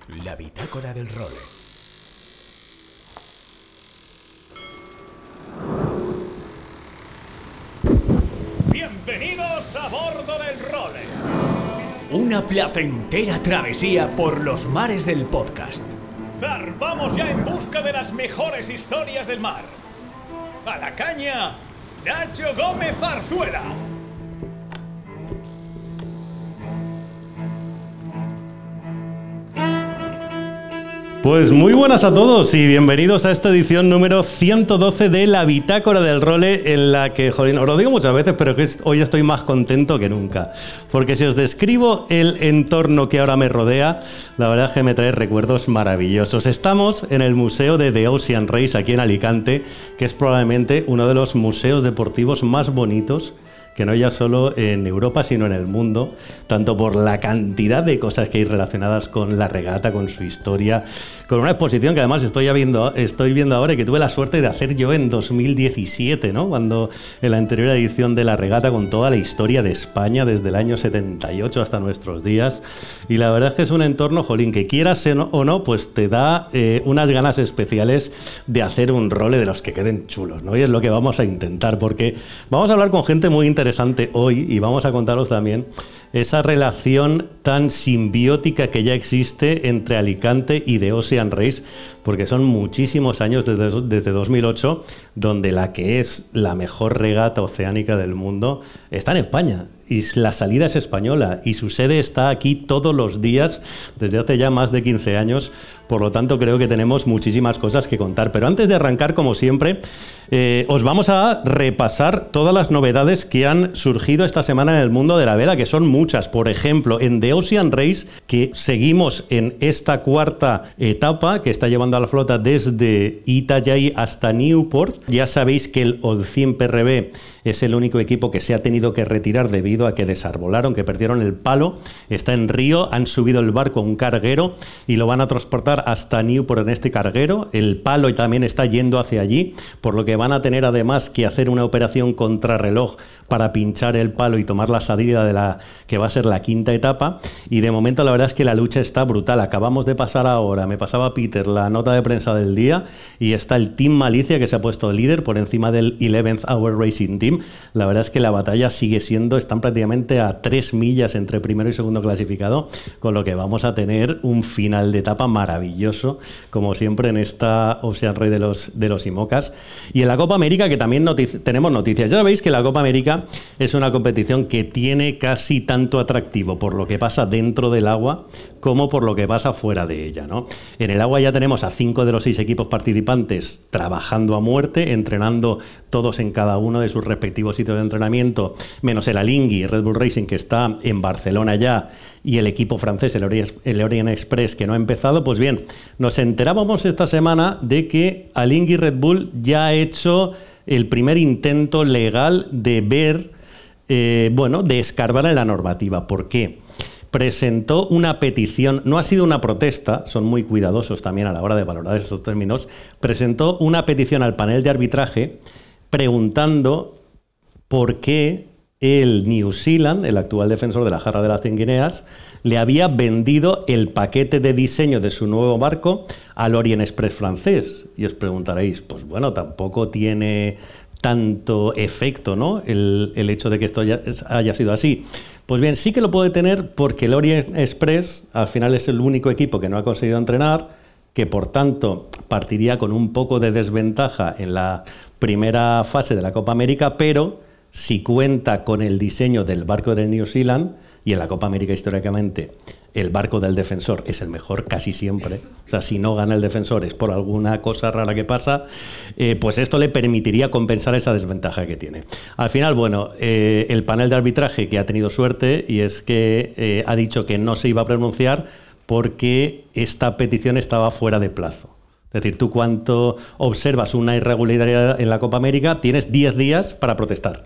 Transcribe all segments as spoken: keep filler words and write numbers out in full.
La bitácora del role. Bienvenidos a bordo del role. Una placentera travesía por los mares del podcast. Zarpamos ya en busca de las mejores historias del mar. A la caña, Nacho Gómez Zarzuela. Pues muy buenas a todos y bienvenidos a esta edición número ciento doce de la Bitácora del Role, en la que, jolín, os lo digo muchas veces, pero que hoy estoy más contento que nunca. Porque si os describo el entorno que ahora me rodea, la verdad es que me trae recuerdos maravillosos. Estamos en el Museo de The Ocean Race aquí en Alicante, que es probablemente uno de los museos deportivos más bonitos, que no ya solo en Europa, sino en el mundo, tanto por la cantidad de cosas que hay relacionadas con la regata, con su historia, con una exposición que además estoy viendo, estoy viendo ahora y que tuve la suerte de hacer yo en dos mil diecisiete, ¿no? Cuando en la anterior edición de la regata, con toda la historia de España desde el año setenta y ocho hasta nuestros días. Y la verdad es que es un entorno, jolín, que quieras o no, pues te da eh, unas ganas especiales de hacer un role de los que queden chulos, ¿no? Y es lo que vamos a intentar, porque vamos a hablar con gente muy interesante interesante hoy y vamos a contaros también esa relación tan simbiótica que ya existe entre Alicante y The Ocean Race, porque son muchísimos años desde, desde dos mil ocho, donde la que es la mejor regata oceánica del mundo está en España. Y la salida es española y su sede está aquí todos los días desde hace ya más de quince años. Por lo tanto, creo que tenemos muchísimas cosas que contar. Pero antes de arrancar, como siempre, eh, os vamos a repasar todas las novedades que han surgido esta semana en el mundo de la vela, que son muchas. Por ejemplo, en The Ocean Race, que seguimos en esta cuarta etapa que está llevando a la flota desde Itajaí hasta Newport. Ya sabéis que el Holcim P R B es el único equipo que se ha tenido que retirar debido a que desarbolaron, que perdieron el palo. Está en Río, han subido el barco a un carguero y lo van a transportar hasta Newport en este carguero. El palo también está yendo hacia allí, por lo que van a tener además que hacer una operación contrarreloj para pinchar el palo y tomar la salida de la que va a ser la quinta etapa. Y de momento la verdad es que la lucha está brutal. Acabamos de pasar ahora, me pasaba Peter la nota de prensa del día, y está el Team Malicia, que se ha puesto líder por encima del eleventh Hour Racing Team. La verdad es que la batalla sigue siendo, están prácticamente a tres millas entre primero y segundo clasificado, con lo que vamos a tener un final de etapa maravilloso, como siempre en esta Ocean Race de los, de los IMOCAs. Y en la Copa América, que también notici- tenemos noticias. Ya sabéis que la Copa América es una competición que tiene casi tanto atractivo por lo que pasa dentro del agua como por lo que pasa fuera de ella, ¿no? En el agua ya tenemos a cinco de los seis equipos participantes trabajando a muerte, entrenando todos en cada uno de sus respectivos sitios de entrenamiento, menos el Alinghi Red Bull Racing, que está en Barcelona ya, y el equipo francés, el Orient, el Orient Express, que no ha empezado. Pues bien, nos enterábamos esta semana de que Alinghi Red Bull ya ha hecho el primer intento legal de ver, eh, bueno, de escarbar en la normativa. ¿Por qué? Presentó una petición, no ha sido una protesta, son muy cuidadosos también a la hora de valorar esos términos, presentó una petición al panel de arbitraje preguntando por qué el New Zealand, el actual defensor de la Jarra de las Cien Guineas, le había vendido el paquete de diseño de su nuevo barco al Orient Express francés. Y os preguntaréis, pues bueno, tampoco tiene tanto efecto, ¿no?, el, el hecho de que esto haya, haya sido así. Pues bien, sí que lo puede tener, porque el Orient Express al final es el único equipo que no ha conseguido entrenar, que por tanto partiría con un poco de desventaja en la primera fase de la Copa América, pero si cuenta con el diseño del barco del New Zealand, y en la Copa América históricamente el barco del defensor es el mejor casi siempre, o sea, si no gana el defensor es por alguna cosa rara que pasa, eh, pues esto le permitiría compensar esa desventaja que tiene. Al final, bueno, eh, el panel de arbitraje, que ha tenido suerte, y es que eh, ha dicho que no se iba a pronunciar porque esta petición estaba fuera de plazo. Es decir, tú cuando observas una irregularidad en la Copa América tienes diez días para protestar.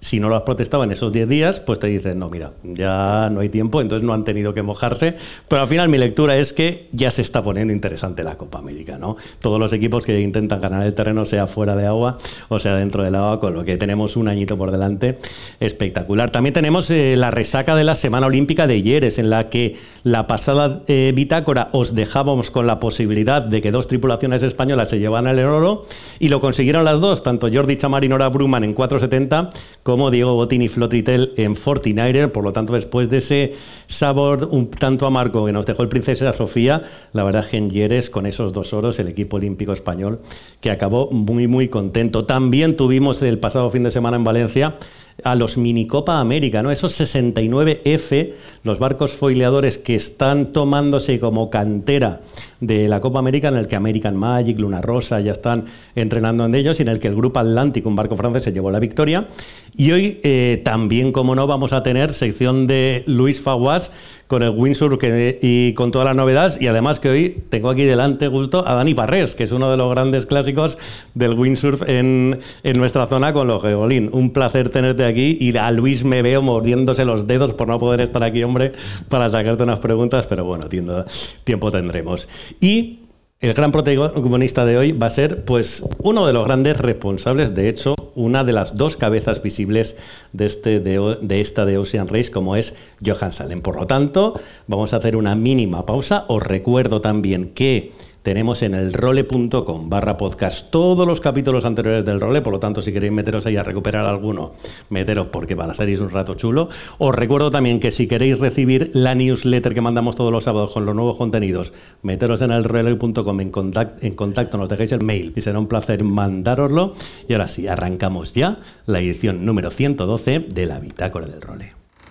Si no lo has protestado en esos diez días, pues te dicen, no, mira, ya no hay tiempo, entonces no han tenido que mojarse. Pero al final mi lectura es que ya se está poniendo interesante la Copa América, ¿no? Todos los equipos que intentan ganar el terreno, sea fuera de agua o sea dentro del agua, con lo que tenemos un añito por delante espectacular. También tenemos eh, la resaca de la Semana Olímpica de Lleres, en la que la pasada eh, bitácora os dejábamos con la posibilidad de que dos tripulaciones españolas se llevan el oro, y lo consiguieron las dos, tanto Jordi Chamar y Nora Bruman en cuatro setenta, como Diego Botín y Flo Tritel en cuarenta y nueve. Por lo tanto, después de ese sabor un tanto amargo que nos dejó el Princesa Sofía, la verdad es que en Lleres, con esos dos oros, el equipo olímpico español que acabó muy, muy contento. También tuvimos el pasado fin de semana en Valencia a los Minicopa América, ¿no? Esos sesenta y nueve F, los barcos foileadores que están tomándose como cantera de la Copa América, en el que American Magic, Luna Rosa ya están entrenando en ellos, y en el que el Grupo Atlántico, un barco francés, se llevó la victoria. Y hoy eh, también, como no, vamos a tener sección de Luis Faguas con el windsurf que, y con todas las novedades, y además que hoy tengo aquí delante justo a Dani Parrés, que es uno de los grandes clásicos del windsurf en, en nuestra zona con los Geolín. Un placer tenerte aquí, y a Luis me veo mordiéndose los dedos por no poder estar aquí, hombre, para sacarte unas preguntas, pero bueno, tiempo, tiempo tendremos. Y el gran protagonista de hoy va a ser, pues, uno de los grandes responsables, de hecho, una de las dos cabezas visibles de, este, de, de esta de Ocean Race, como es Johan Salen. Por lo tanto, vamos a hacer una mínima pausa. Os recuerdo también que tenemos en el role punto com barra podcast todos los capítulos anteriores del Role, por lo tanto, si queréis meteros ahí a recuperar alguno, meteros, porque para seréis un rato chulo. Os recuerdo también que si queréis recibir la newsletter que mandamos todos los sábados con los nuevos contenidos, meteros en el role punto com en contacto, en contacto, nos dejéis el mail y será un placer mandároslo. Y ahora sí, arrancamos ya la edición número ciento doce de la Bitácora del Role.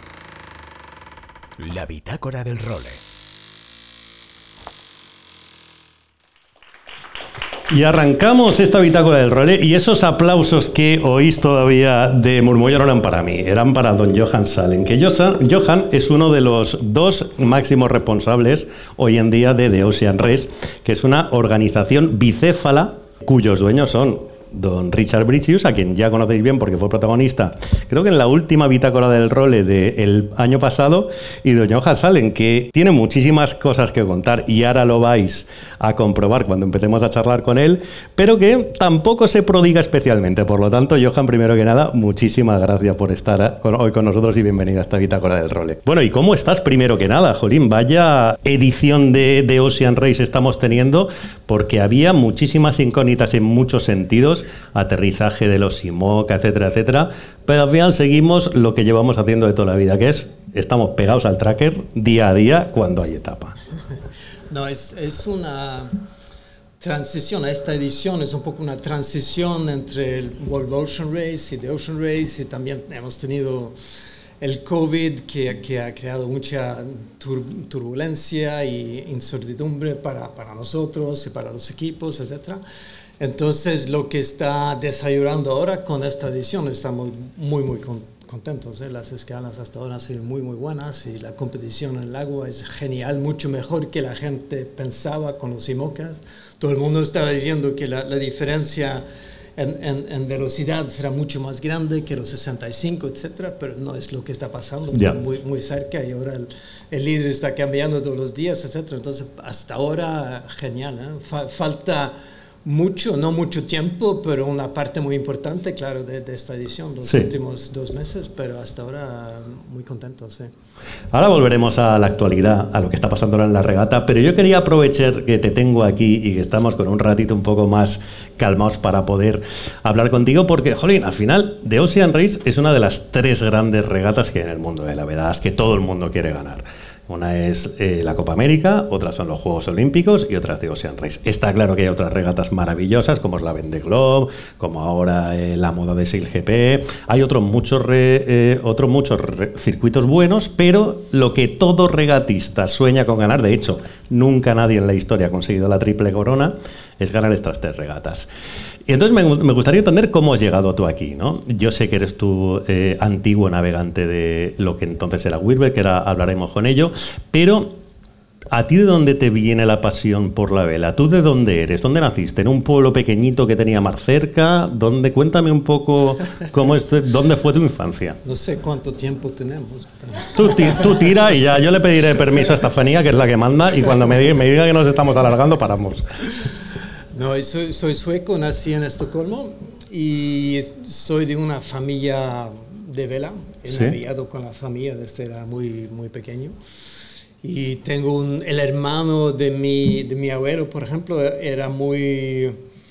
La Bitácora del Role. Y arrancamos esta Bitácora del Role, y esos aplausos que oís todavía de murmullo no eran para mí, eran para don Johan Salen, que Johan es uno de los dos máximos responsables hoy en día de The Ocean Race, que es una organización bicéfala cuyos dueños son don Richard Bricius, a quien ya conocéis bien porque fue protagonista, creo que en la última Bitácora del Role del año pasado, y don Johan Salen, que tiene muchísimas cosas que contar, y ahora lo vais a comprobar cuando empecemos a charlar con él, pero que tampoco se prodiga especialmente. Por lo tanto, Johan, primero que nada, muchísimas gracias por estar hoy con nosotros, y bienvenido a esta Bitácora del Role. Bueno, ¿y cómo estás primero que nada, Jolín? Vaya edición de, de Ocean Race estamos teniendo, porque había muchísimas incógnitas en muchos sentidos, aterrizaje de los IMOCA, etcétera, etcétera, pero al final seguimos lo que llevamos haciendo de toda la vida, que es, estamos pegados al tracker día a día cuando hay etapa. No, es, es una transición, esta edición es un poco una transición entre el World Ocean Race y The Ocean Race, y también hemos tenido el COVID que, que ha creado mucha tur turbulencia e incertidumbre para, para nosotros y para los equipos, etcétera. Entonces, lo que está desayunando ahora con esta edición, estamos muy, muy contentos, ¿eh? Las escalas hasta ahora han sido muy, muy buenas, y la competición en el agua es genial, mucho mejor que la gente pensaba con los IMOCAs. Todo el mundo estaba diciendo que la, la diferencia en, en, en velocidad será mucho más grande que los sesenta y cinco, etcétera, pero no es lo que está pasando, está yeah. muy, muy cerca, y ahora el, el líder está cambiando todos los días, etcétera. Entonces, hasta ahora, genial, ¿eh? Fa falta mucho, no mucho tiempo, pero una parte muy importante, claro, de, de esta edición, los sí. últimos dos meses, pero hasta ahora muy contentos, sí. Ahora volveremos a la actualidad, a lo que está pasando ahora en la regata, pero yo quería aprovechar que te tengo aquí y que estamos con un ratito un poco más calmados para poder hablar contigo, porque, jolín, al final, The Ocean Race es una de las tres grandes regatas que hay en el mundo de la verdad, es que todo el mundo quiere ganar. Una es eh, la Copa América, otras son los Juegos Olímpicos y otras de Ocean Race. Está claro que hay otras regatas maravillosas, como es la Vendée Globe, como ahora eh, la moda de Sail G P. Hay otros muchos, re, eh, otros muchos re, circuitos buenos, pero lo que todo regatista sueña con ganar, de hecho, nunca nadie en la historia ha conseguido la triple corona, es ganar estas tres regatas. Y entonces me, me gustaría entender cómo has llegado tú aquí, ¿no? Yo sé que eres tu eh, antiguo navegante de lo que entonces era Whirlpool, que ahora hablaremos con ello, pero ¿A ti de dónde te viene la pasión por la vela? ¿Tú de dónde eres? ¿Dónde naciste? ¿En un pueblo pequeñito que tenía mar cerca? ¿Dónde? Cuéntame un poco cómo es, dónde fue tu infancia. No sé cuánto tiempo tenemos. Tú, tú tira y ya yo le pediré permiso a Estefanía, que es la que manda, y cuando me diga, me diga que nos estamos alargando, paramos. No, soy, soy sueco, nací en Estocolmo y soy de una familia de vela. He ¿Sí? navegado con la familia desde era muy, muy pequeño. Y tengo un, el hermano de mi, de mi abuelo, por ejemplo, era muy...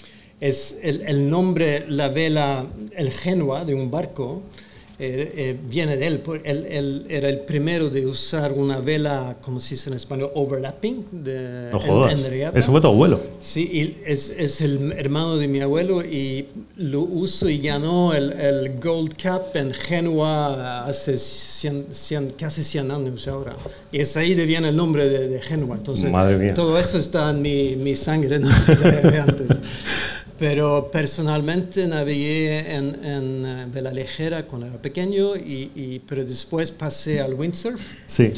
Es el, el nombre, la vela, el Genoa de un barco, eh, eh, viene de él. él. Él era el primero de usar una vela, como se dice en español, overlapping. De, no jodas, en, en regata. Eso fue tu abuelo. Sí, y es, es el hermano de mi abuelo y lo uso y ganó el, el Gold Cup en Génova hace cien, cien, casi cien años ahora. Y es ahí de viene el nombre de, de Génova. Entonces, madre mía. Todo eso está en mi, mi sangre, ¿no? de, de antes. Pero personalmente navegué en, en vela ligera cuando era pequeño, y, y, pero después pasé al windsurf. Sí.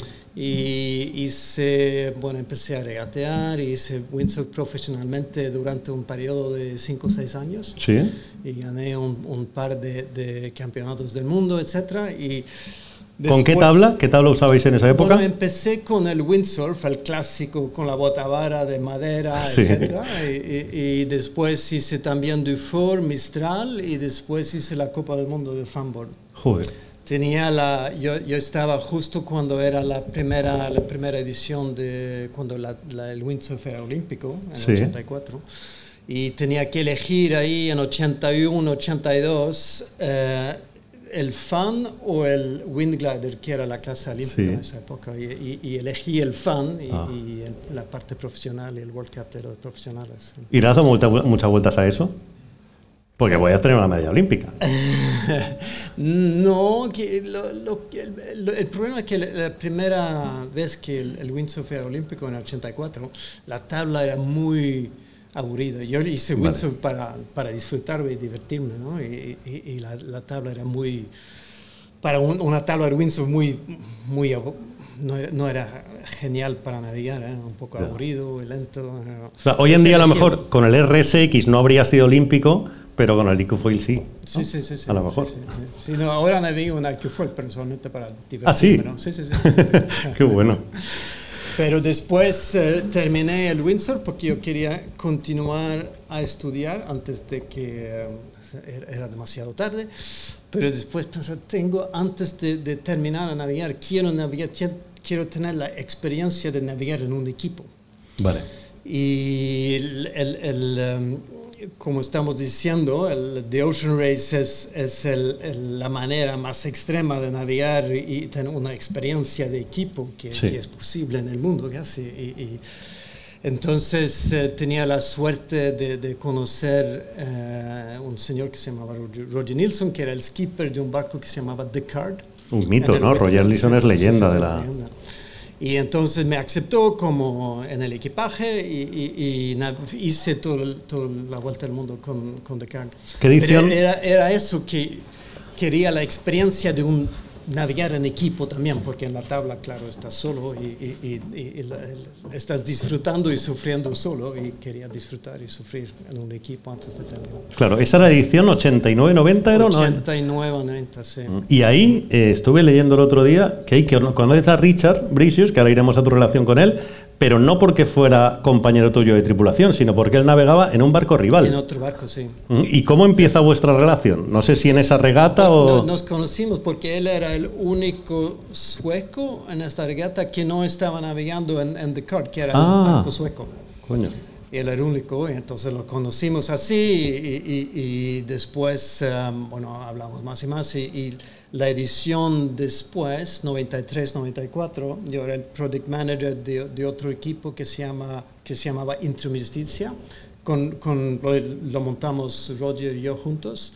Y hice, bueno, empecé a regatear, hice windsurf profesionalmente durante un periodo de cinco o seis años. Sí. Y gané un, un par de, de campeonatos del mundo, etcétera. Y después, ¿con qué tabla? ¿Qué tabla usabais en esa época? Bueno, empecé con el windsurf, el clásico, con la botavara de madera, sí. etcétera. Y, y, y después hice también Dufour, Mistral, y después hice la Copa del Mundo de fanboard. Joder. Tenía la, yo, yo estaba justo cuando era la primera, la primera edición de cuando la, la, el windsurf era olímpico, en sí. ochenta y cuatro. Y tenía que elegir ahí en ochenta y uno, ochenta y dos eh, el fan o el wind glider, que era la clase olímpica sí. en esa época. Y, y, y elegí el fan y, ah. y el, la parte profesional y el World Cup de los profesionales. ¿Y le has dado mucha, muchas vueltas a eso? Porque voy a tener una medalla olímpica. No, que lo, lo, el, el problema es que la, la primera vez que el, el windsurf era olímpico en el ochenta y cuatro, la tabla era muy aburrida. Yo hice vale. windsurf para, para disfrutar y divertirme, ¿no? Y, y, y la, la tabla era muy... Para un, una tabla de windsurf muy... muy no, era, no era genial para navegar, ¿eh? Un poco yeah. aburrido y lento. ¿no? O sea, hoy en día a lo mejor con el R S X no habría sido olímpico, pero con el Icufoil sí. ¿no? Sí, sí, sí, sí. A lo mejor. Sí, sí, sí. Sí, no, ahora navego un Icufoil, pero solamente para divertirme. Ah, sí. ¿no? Sí, sí, sí. sí, sí. Qué bueno. Pero después eh, terminé el windsurf porque yo quería continuar a estudiar antes de que eh, era demasiado tarde. Pero después pensé, tengo, antes de, de terminar a navegar, quiero navegar, quiero tener la experiencia de navegar en un equipo. Vale. Y el, el, el um, como estamos diciendo, el The Ocean Race es, es el, el, la manera más extrema de navegar y tener una experiencia de equipo que, sí. que es posible en el mundo casi. Y, y entonces eh, tenía la suerte de, de conocer eh, un señor que se llamaba Roger, Roger Nilsson, que era el skipper de un barco que se llamaba The Card. Un mito, ¿no? Roger Nilsson es leyenda de la... Leyenda. Y entonces me aceptó como en el equipaje y, y, y hice toda todo la vuelta al mundo con, con The Card. ¿Qué edición? Era, era eso que quería, la experiencia de un navegar en equipo también, porque en la tabla, claro, estás solo y, y, y, y la, la, estás disfrutando y sufriendo solo, y quería disfrutar y sufrir en un equipo antes de terminar. Claro, esa era la edición ochenta y nueve noventa, ¿era o no? ochenta y nueve noventa, sí. Y ahí eh, estuve leyendo el otro día que hay que conocer a Richard Bricius, que ahora iremos a tu relación con él, pero no porque fuera compañero tuyo de tripulación, sino porque él navegaba en un barco rival. En otro barco, sí. ¿Y cómo empieza vuestra relación? No sé si en esa regata o... Nos conocimos porque él era el único sueco en esta regata que no estaba navegando en, en The Card, que era ah, un barco sueco. Coño. Y él era el único, y entonces lo conocimos así, y, y, y después, um, bueno, hablamos más y más, y, y la edición después, noventa y tres noventa y cuatro, yo era el product manager de, de otro equipo que se, llama, que se llamaba Introjusticia, con, con, lo, lo montamos Roger y yo juntos,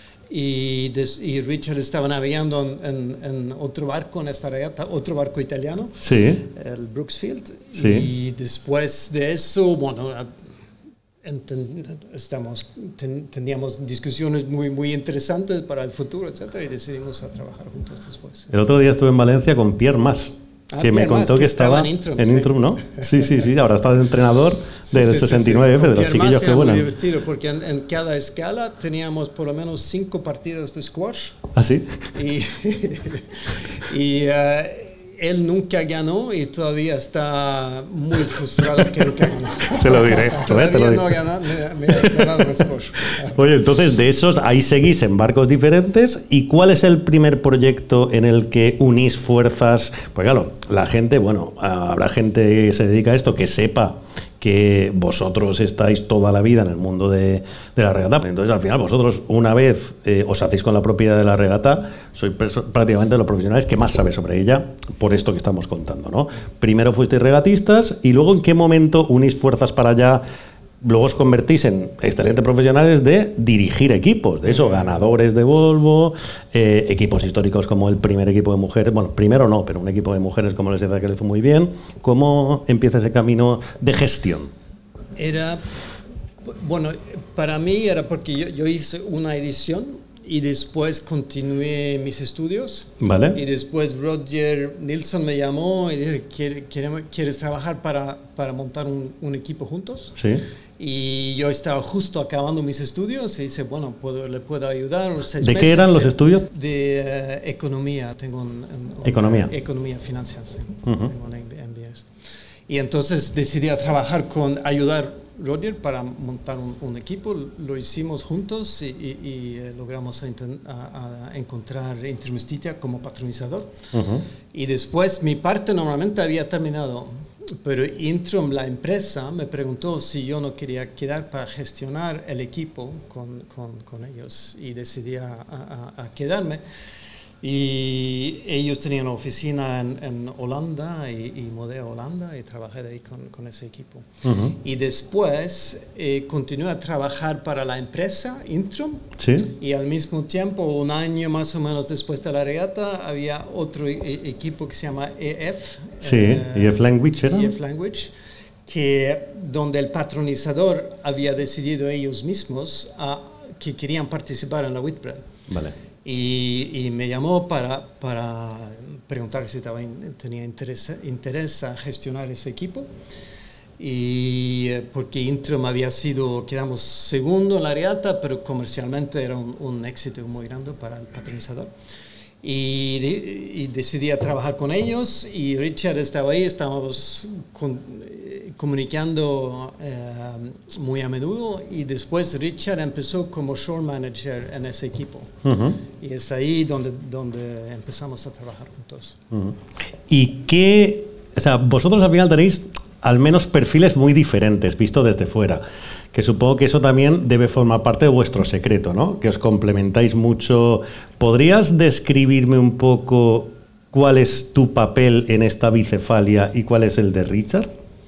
y, des, y Richard estaba navegando en, en, en otro barco, en esta regata, otro barco italiano, sí. el Brooksfield, sí. Y después de eso, bueno, estamos, ten, teníamos discusiones muy, muy interesantes para el futuro, etcétera, y decidimos a trabajar juntos después. El otro día estuve en Valencia con Pierre Mas. que me contó que, que estaba en Intrum, en Intrum, ¿no? Sí, sí, sí, ahora está de entrenador sí, del sí, sesenta y nueve F, sí, sí. de los chiquillos que vuelan. Era muy divertido porque en, en cada escala teníamos por lo menos cinco partidos de squash. ¿Ah, sí? Y, y uh, él nunca ganó y todavía está muy frustrado que nunca ganó. Se lo diré. Todavía te lo no ha ganado, me, me, me ha dado el squash. Oye, entonces de esos ahí seguís en barcos diferentes. ¿Y cuál es el primer proyecto en el que unís fuerzas? Pues claro, la gente, bueno, habrá gente que se dedica a esto que sepa que vosotros estáis toda la vida en el mundo de, de la regata. Entonces, al final, vosotros, una vez eh, os hacéis con la propiedad de la regata, sois prácticamente los profesionales que más sabéis sobre ella, por esto que estamos contando, ¿no? Primero fuisteis regatistas y luego, ¿en qué momento unís fuerzas para allá? Luego os convertís en excelentes profesionales de dirigir equipos, de eso, ganadores de Volvo, eh, equipos históricos como el primer equipo de mujeres, bueno, primero no, pero un equipo de mujeres como les decía que lo hizo muy bien. ¿Cómo empieza ese camino de gestión? Era, bueno, para mí era porque yo, yo hice una edición y después continué mis estudios. Vale. Y después Roger Nilsson me llamó y dijo, ¿quieres, ¿quieres trabajar para, para montar un, un equipo juntos? Sí. Y yo estaba justo acabando mis estudios y dice, bueno, puedo, le puedo ayudar. Seis ¿De meses, qué eran los estudios? De uh, economía. Tengo un, un, economía. Economía, finanzas. Uh-huh. Tengo un M B S. Y entonces decidí a trabajar con, ayudar Roger para montar un, un equipo. Lo hicimos juntos y, y, y eh, logramos a, a, a encontrar Interjusticia como patronizador. Uh-huh. Y después mi parte normalmente había terminado. Pero Intrum, la empresa, me preguntó si yo no quería quedar para gestionar el equipo con, con, con ellos y decidí a, a, a quedarme. Y ellos tenían una oficina en, en Holanda y, y mudé a Holanda y trabajé de ahí con, con ese equipo. Uh-huh. Y después eh, continué a trabajar para la empresa Intrum. Sí. Y al mismo tiempo, un año más o menos después de la regata, había otro e- equipo que se llama E F. Sí, eh, E F Language era. E F Language, que, donde el patronizador había decidido ellos mismos a, que querían participar en la Whitbread. Vale. Y, y me llamó para, para preguntar si estaba, tenía interés, interés a gestionar ese equipo. Y porque Intrum había sido, quedamos segundo en la regata, pero comercialmente era un, un éxito muy grande para el patronizador. Y, de, y decidí a trabajar con ellos y Richard estaba ahí, estábamos con, eh, comunicando eh, muy a menudo y después Richard empezó como shore manager en ese equipo. Uh-huh. Y es ahí donde, donde empezamos a trabajar juntos. Uh-huh. ¿Y qué? O sea, vosotros al final tenéis al menos perfiles muy diferentes, visto desde fuera, que supongo que eso también debe formar parte de vuestro secreto, ¿no? Que os complementáis mucho. ¿Podrías describirme un poco cuál es tu papel en esta bicefalia y cuál es el de Richard?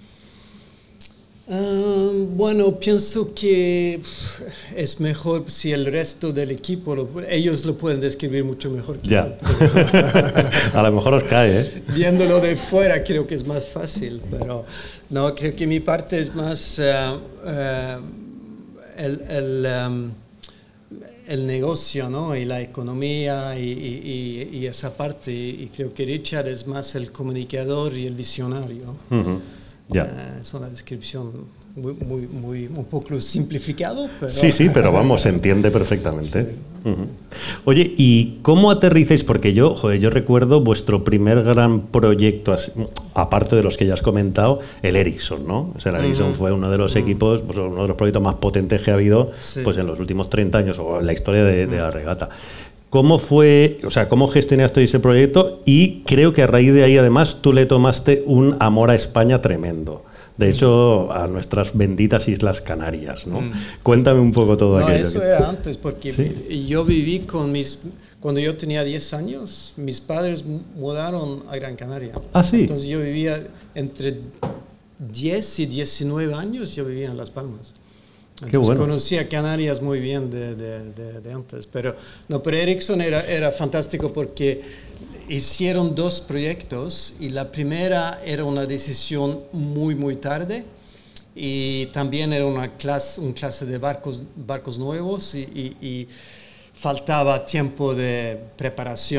Uh, bueno, pienso que es mejor si el resto del equipo, lo, ellos lo pueden describir mucho mejor que ya. A lo mejor os cae, ¿eh? Viéndolo de fuera creo que es más fácil, pero no, creo que mi parte es más uh, uh, el, el, um, el negocio, ¿no? Y la economía y, y, y, y esa parte, y creo que Richard es más el comunicador y el visionario. Uh-huh. Yeah. Uh, es una descripción muy, muy, muy, un poco simplificado, pero... Sí, sí, pero vamos, se entiende perfectamente. Sí. Uh-huh. Oye, ¿y cómo aterricéis? Porque yo, joder, yo recuerdo vuestro primer gran proyecto, aparte de los que ya has comentado, el Ericsson, ¿no? O sea, el Ericsson uh-huh. fue uno de los uh-huh. equipos, pues, uno de los proyectos más potentes que ha habido sí. pues, en los últimos treinta años, o en la historia de, uh-huh. de la regata. ¿Cómo fue, o sea, cómo gestionaste ese proyecto? Y creo que a raíz de ahí, además, tú le tomaste un amor a España tremendo. De hecho, a nuestras benditas Islas Canarias, ¿no? Mm. Cuéntame un poco todo no, aquello. No, eso que... era antes, porque ¿Sí? yo viví con mis... Cuando yo tenía diez años, mis padres mudaron a Gran Canaria. Ah, sí. Entonces yo vivía entre diez y diecinueve años, yo vivía en Las Palmas. Entonces, Qué bueno. Conocía Canarias muy bien de, de, de, de antes, pero no, pero Ericsson era, era fantástico porque hicieron dos proyectos y la primera era una decisión muy muy tarde y también era una clase, un clase de barcos, barcos nuevos y, y, y faltaba tiempo de preparación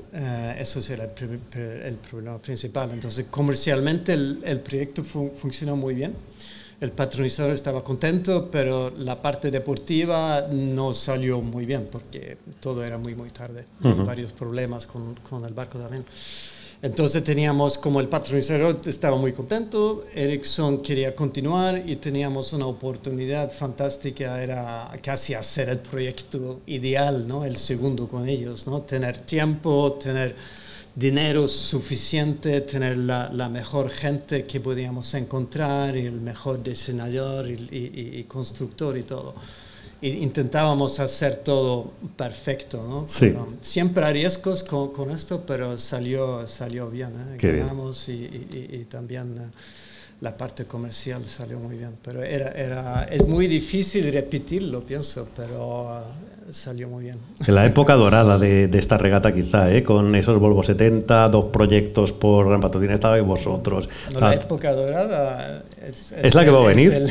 Uh, eso era el, primer, el problema principal. Entonces, comercialmente el, el proyecto fu funcionó muy bien. El patronizador estaba contento, pero la parte deportiva no salió muy bien porque todo era muy, muy tarde. Uh-huh. Varios problemas con, con el barco también. Entonces teníamos, como el patronizador estaba muy contento, Ericsson quería continuar y teníamos una oportunidad fantástica, era casi hacer el proyecto ideal, ¿no? El segundo con ellos, ¿no? Tener tiempo, tener dinero suficiente, tener la, la mejor gente que podíamos encontrar, y el mejor diseñador y, y, y constructor y todo. Y intentábamos hacer todo perfecto, ¿no? Sí. Um, siempre hay riesgos con, con esto, pero salió, salió bien, ¿eh? Qué Ganamos bien. Y, y, y también uh, la parte comercial salió muy bien. Pero era, era, es muy difícil repetirlo, pienso, pero uh, salió muy bien. En la época dorada de, de esta regata quizá, ¿eh? Con esos Volvo setenta, dos proyectos por gran patrocinio, estabais vosotros. No, la época dorada es, es, ¿Es la que va a venir? El,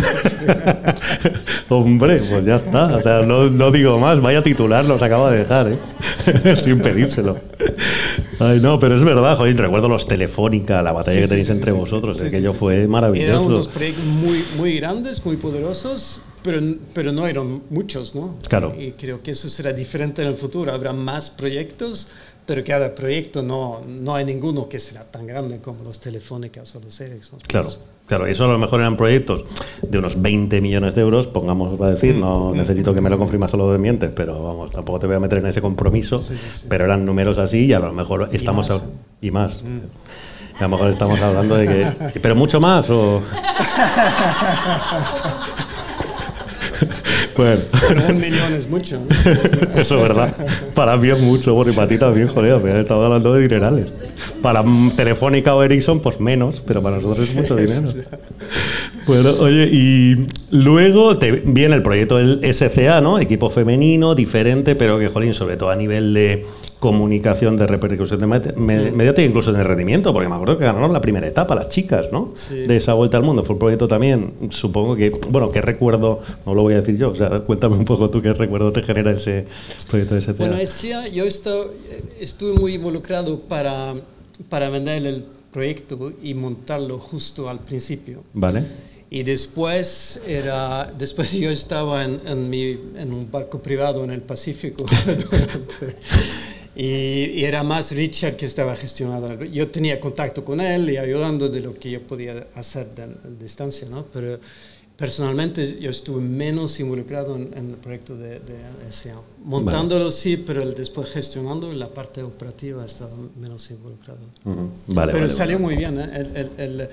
Hombre, pues ya está. O sea, no, no digo más. Vaya titular nos acaba de dejar, ¿eh? Sin pedírselo. Ay, no, pero es verdad, joder, recuerdo los Telefónica, la batalla sí, que tenéis sí, entre sí, vosotros, sí, aquello sí, fue sí. maravilloso. Eran unos proyectos muy, muy grandes, muy poderosos, pero, pero no eran muchos, ¿no? Claro. Y creo que eso será diferente en el futuro. Habrá más proyectos, pero cada proyecto no, no hay ninguno que será tan grande como los Telefónicas o los Ericsson. Claro. Claro, eso a lo mejor eran proyectos de unos veinte millones de euros, pongamos para decir, no mm. necesito que me lo confirmas solo de mientes, pero vamos, tampoco te voy a meter en ese compromiso, sí, sí, sí. pero eran números así y a lo mejor estamos... Y más. A, y más. Mm. A lo mejor estamos hablando de que... ¿Pero mucho más o...? Bueno. Pero un millón es mucho, ¿no? Eso es verdad. Para mí es mucho, bueno, y para ti también, joder, me he estado hablando de dinerales. Para Telefónica o Ericsson, pues menos, pero para nosotros es mucho dinero. Bueno, oye, y luego te viene el proyecto del S C A, ¿no? Equipo femenino, diferente, pero que, jolín, sobre todo a nivel de comunicación, de repercusión de med mediática, incluso de rendimiento, porque me acuerdo que ganaron la primera etapa las chicas, ¿no? Sí. De esa vuelta al mundo. Fue un proyecto también, supongo que, bueno, ¿qué recuerdo? No lo voy a decir yo, o sea, cuéntame un poco tú qué recuerdo te genera ese proyecto de S C A. Bueno, S C A, yo estoy, estuve muy involucrado para, para vender el proyecto y montarlo justo al principio. Vale. Y después, era, después yo estaba en, en, mi, en un barco privado en el Pacífico durante, y, y era más Richard que estaba gestionando. Yo tenía contacto con él y ayudando de lo que yo podía hacer de, de distancia, ¿no? Pero personalmente yo estuve menos involucrado en, en el proyecto de, de S A. Montándolo vale. sí, pero el, después gestionando la parte operativa estaba menos involucrado. Uh-huh. Vale, pero vale, salió vale. muy bien, ¿eh? El, el, el,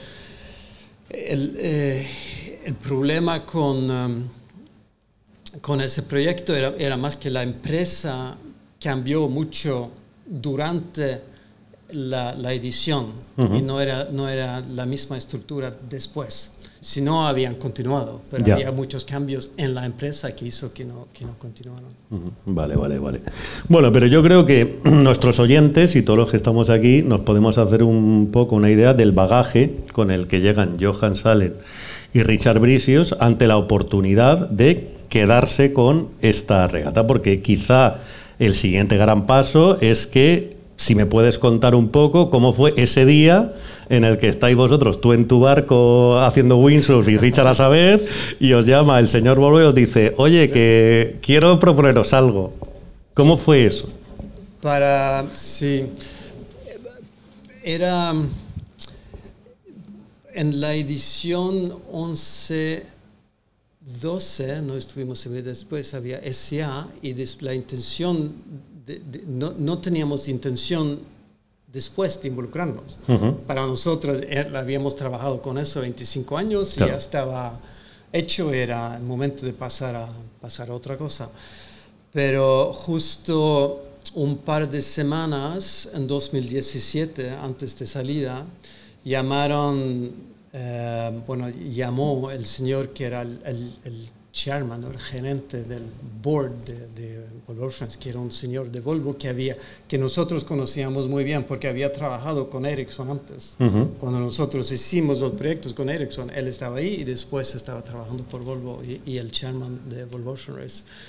El, eh, el problema con, um, con ese proyecto era, era más que la empresa cambió mucho durante la, la edición uh-huh. y no era, no era la misma estructura después. Si no, habían continuado, pero ya. había muchos cambios en la empresa que hizo que no, que no continuaran. Uh-huh. Vale, vale, vale. Bueno, pero yo creo que nuestros oyentes y todos los que estamos aquí nos podemos hacer un poco una idea del bagaje con el que llegan Johan Salen y Richard Brisius ante la oportunidad de quedarse con esta regata, porque quizá el siguiente gran paso es que, si me puedes contar un poco cómo fue ese día en el que estáis vosotros, tú en tu barco haciendo windsurf y Richard a saber, y os llama el señor Volvo y os dice, oye, que quiero proponeros algo. ¿Cómo fue eso? Para, sí, era en la edición once doce, no estuvimos después, había S A y la intención... De, de, no, no teníamos intención después de involucrarnos. Uh-huh. Para nosotros eh, habíamos trabajado con eso veinticinco años claro. y ya estaba hecho, era el momento de pasar a, pasar a otra cosa. Pero justo un par de semanas, en dos mil diecisiete, antes de salida, llamaron, eh, bueno, llamó el señor que era el, el, el chairman o el gerente del board de, de Volvo Oceans, que era un señor de Volvo que había, que nosotros conocíamos muy bien porque había trabajado con Ericsson antes. Uh-huh. Cuando nosotros hicimos los proyectos con Ericsson, él estaba ahí y después estaba trabajando por Volvo y, y el chairman de Volvo Ocean Race.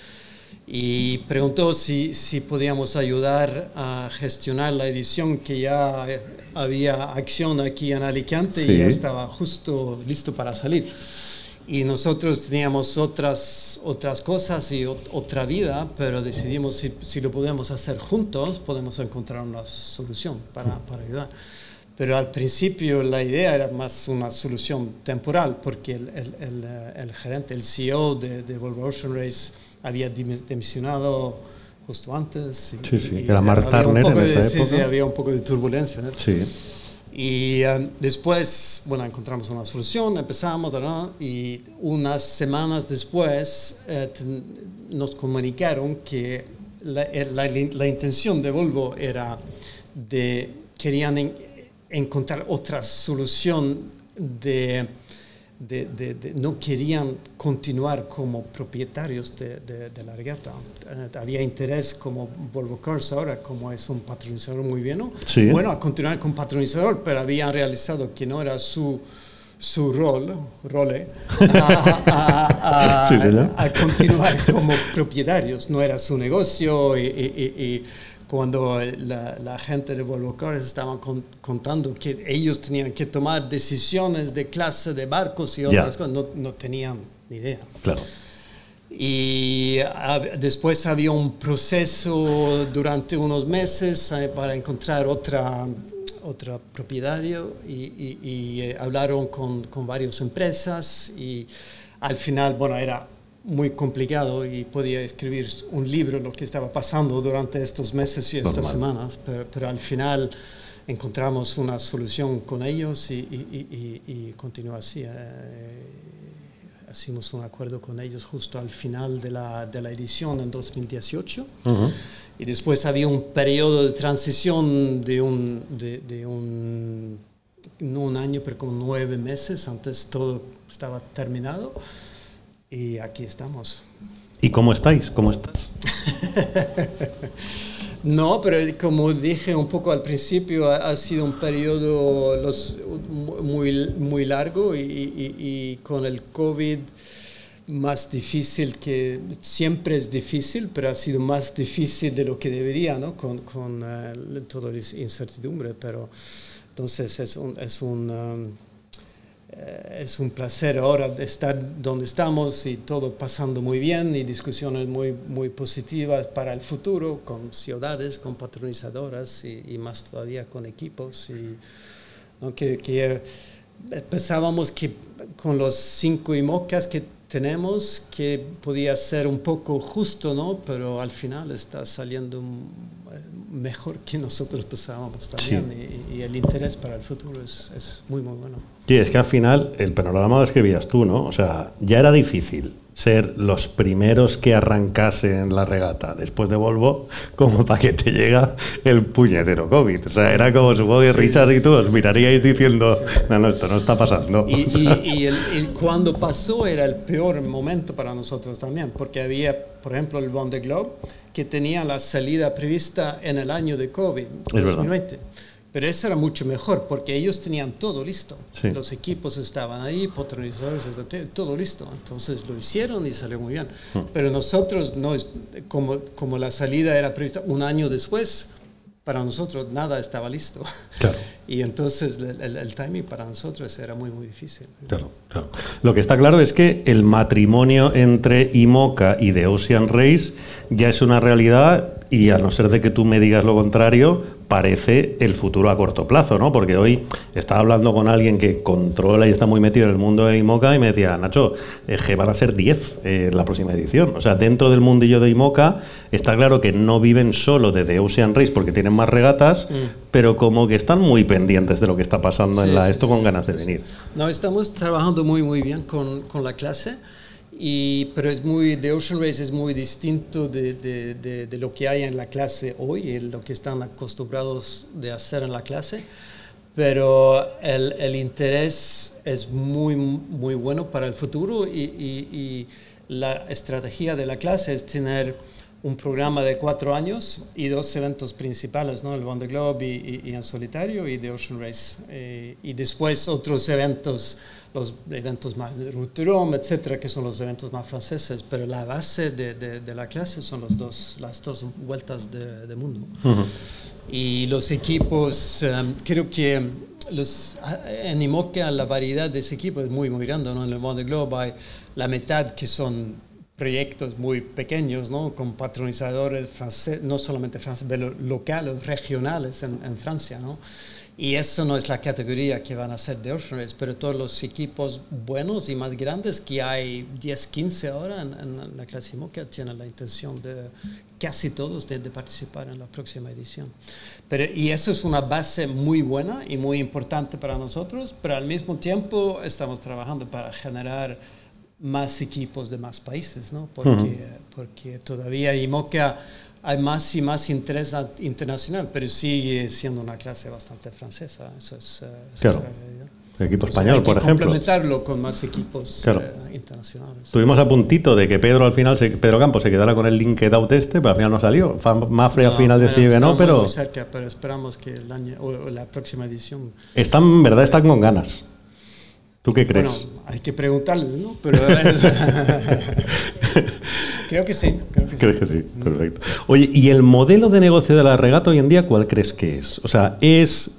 y preguntó si, si podíamos ayudar a gestionar la edición, que ya había acción aquí en Alicante, sí, y ya estaba justo listo para salir. Y nosotros teníamos otras, otras cosas y ot- otra vida, pero decidimos si, si lo podemos hacer juntos, podemos encontrar una solución para, para ayudar. Pero al principio la idea era más una solución temporal, porque el, el, el, el gerente, el C E O de, de Volvo Ocean Race había dimisionado justo antes. Y, sí, sí, y que era Mark Turner en esa de, época. Sí, sí, había un poco de turbulencia, ¿no? Sí. Y um, después, bueno, encontramos una solución, empezamos, ¿verdad? Y unas semanas después eh, ten, nos comunicaron que la, la, la intención de Volvo era de, querían en, encontrar otra solución de, de, de, de, no querían continuar como propietarios de, de, de la regata. Uh, había interés como Volvo Cars ahora, como es un patrocinador muy bien, sí, bueno, a continuar con patrocinador, pero habían realizado que no era su, su rol, role, a, a, a, sí, a, a continuar como propietarios, no era su negocio, y, y, y, y cuando la, la gente de Volvo Cars estaban con, contando que ellos tenían que tomar decisiones de clase de barcos y otras yeah. cosas, no, no tenían ni idea. Claro. Y a, después había un proceso durante unos meses eh, para encontrar otra, otra propietario y, y, y eh, hablaron con, con varias empresas y al final, bueno, era muy complicado y podía escribir un libro lo que estaba pasando durante estos meses y estas Normal. semanas, pero, pero al final encontramos una solución con ellos y, y, y, y continuó así. Eh, hicimos un acuerdo con ellos justo al final de la, de la edición en dos mil dieciocho uh-huh. y después había un periodo de transición de un, de, de un, no un año, pero como nueve meses, antes todo estaba terminado. Y aquí estamos. ¿Y cómo estáis? ¿Cómo estás? No, pero como dije un poco al principio, ha, ha sido un periodo los, muy, muy largo y, y, y con el COVID más difícil, que siempre es difícil, pero ha sido más difícil de lo que debería, ¿no? Con, con uh, toda la incertidumbre, pero entonces es un... Es un um, Es un placer ahora estar donde estamos y todo pasando muy bien y discusiones muy, muy positivas para el futuro con ciudades, con patronizadoras y, y más todavía con equipos. Y, ¿no? que, que pensábamos que con los cinco IMOCAs que tenemos que podía ser un poco justo, ¿no? Pero al final está saliendo mejor que nosotros pensábamos también sí. y, y el interés para el futuro es, es muy muy bueno. Sí, es que al final el panorama lo escribías tú, ¿no? O sea, ya era difícil ser los primeros que arrancasen la regata después de Volvo, como para que te llega el puñetero COVID. O sea, era como supongo que sí, risas sí, y tú os miraríais diciendo, sí. no, no, esto no está pasando. Y, y, y el, el, cuando pasó era el peor momento para nosotros también, porque había, por ejemplo, el Vendée Globe, que tenía la salida prevista en el año de COVID, dos mil veinte. Pero eso era mucho mejor, porque ellos tenían todo listo. Sí. Los equipos estaban ahí, patronizadores, todo listo. Entonces lo hicieron y salió muy bien. Mm. Pero nosotros, no, como, como la salida era prevista un año después, para nosotros nada estaba listo. Claro. Y entonces el, el, el timing para nosotros era muy, muy difícil. Claro, claro. Lo que está claro es que el matrimonio entre IMOCA y The Ocean Race ya es una realidad y a no ser de que tú me digas lo contrario, parece el futuro a corto plazo, ¿no? Porque hoy estaba hablando con alguien que controla y está muy metido en el mundo de IMOCA y me decía, Nacho, eh, que van a ser diez en eh, la próxima edición. O sea, dentro del mundillo de IMOCA está claro que no viven solo de The Ocean Race porque tienen más regatas, mm. pero como que están muy pendientes de lo que está pasando sí, en la sí, esto sí, con sí, ganas sí, de venir. No, estamos trabajando muy, muy bien con, con la clase. Y, pero es muy, The Ocean Race es muy distinto de, de, de, de lo que hay en la clase hoy, y lo que están acostumbrados de hacer en la clase, pero el, el interés es muy, muy bueno para el futuro y, y, y la estrategia de la clase es tener un programa de cuatro años y dos eventos principales, ¿no? El Vendée Globe y, y, y en solitario y The Ocean Race. Eh, y después otros eventos, los eventos más de Route du Rhum, etcétera, que son los eventos más franceses, pero la base de, de, de la clase son los dos, las dos vueltas de, de mundo. Uh-huh. Y los equipos, um, creo que los, en IMOCA la variedad de ese equipo es muy, muy grande, ¿no? En el Vendée Globe hay la mitad que son proyectos muy pequeños, ¿no? Con patronizadores franceses, no solamente franceses, pero locales, regionales en, en Francia, ¿no? Y eso no es la categoría que van a ser de Ocean Race, pero todos los equipos buenos y más grandes, que hay diez, quince ahora en, en la clase IMOCA, tienen la intención de, casi todos, de, de participar en la próxima edición. Pero, y eso es una base muy buena y muy importante para nosotros, pero al mismo tiempo estamos trabajando para generar más equipos de más países, ¿no? Porque, uh-huh. porque todavía IMOCA hay más y más interés internacional, pero sigue siendo una clase bastante francesa. Eso es, eso claro. Es el equipo español, por ejemplo. Complementarlo con más equipos claro. eh, internacionales. Estuvimos a puntito de que Pedro al final, se, Pedro Campos se quedara con el LinkedIn este, pero al final no salió. Mafre no, al final decidió que no, pero... Muy cerca, pero esperamos que el año, o la próxima edición... Están, en verdad, están con ganas. ¿Tú qué crees? Bueno, hay que preguntarles, ¿no? Pero creo que sí. Creo que ¿Crees sí. que sí? Perfecto. Oye, ¿y el modelo de negocio de la regata hoy en día cuál crees que es? O sea, ¿es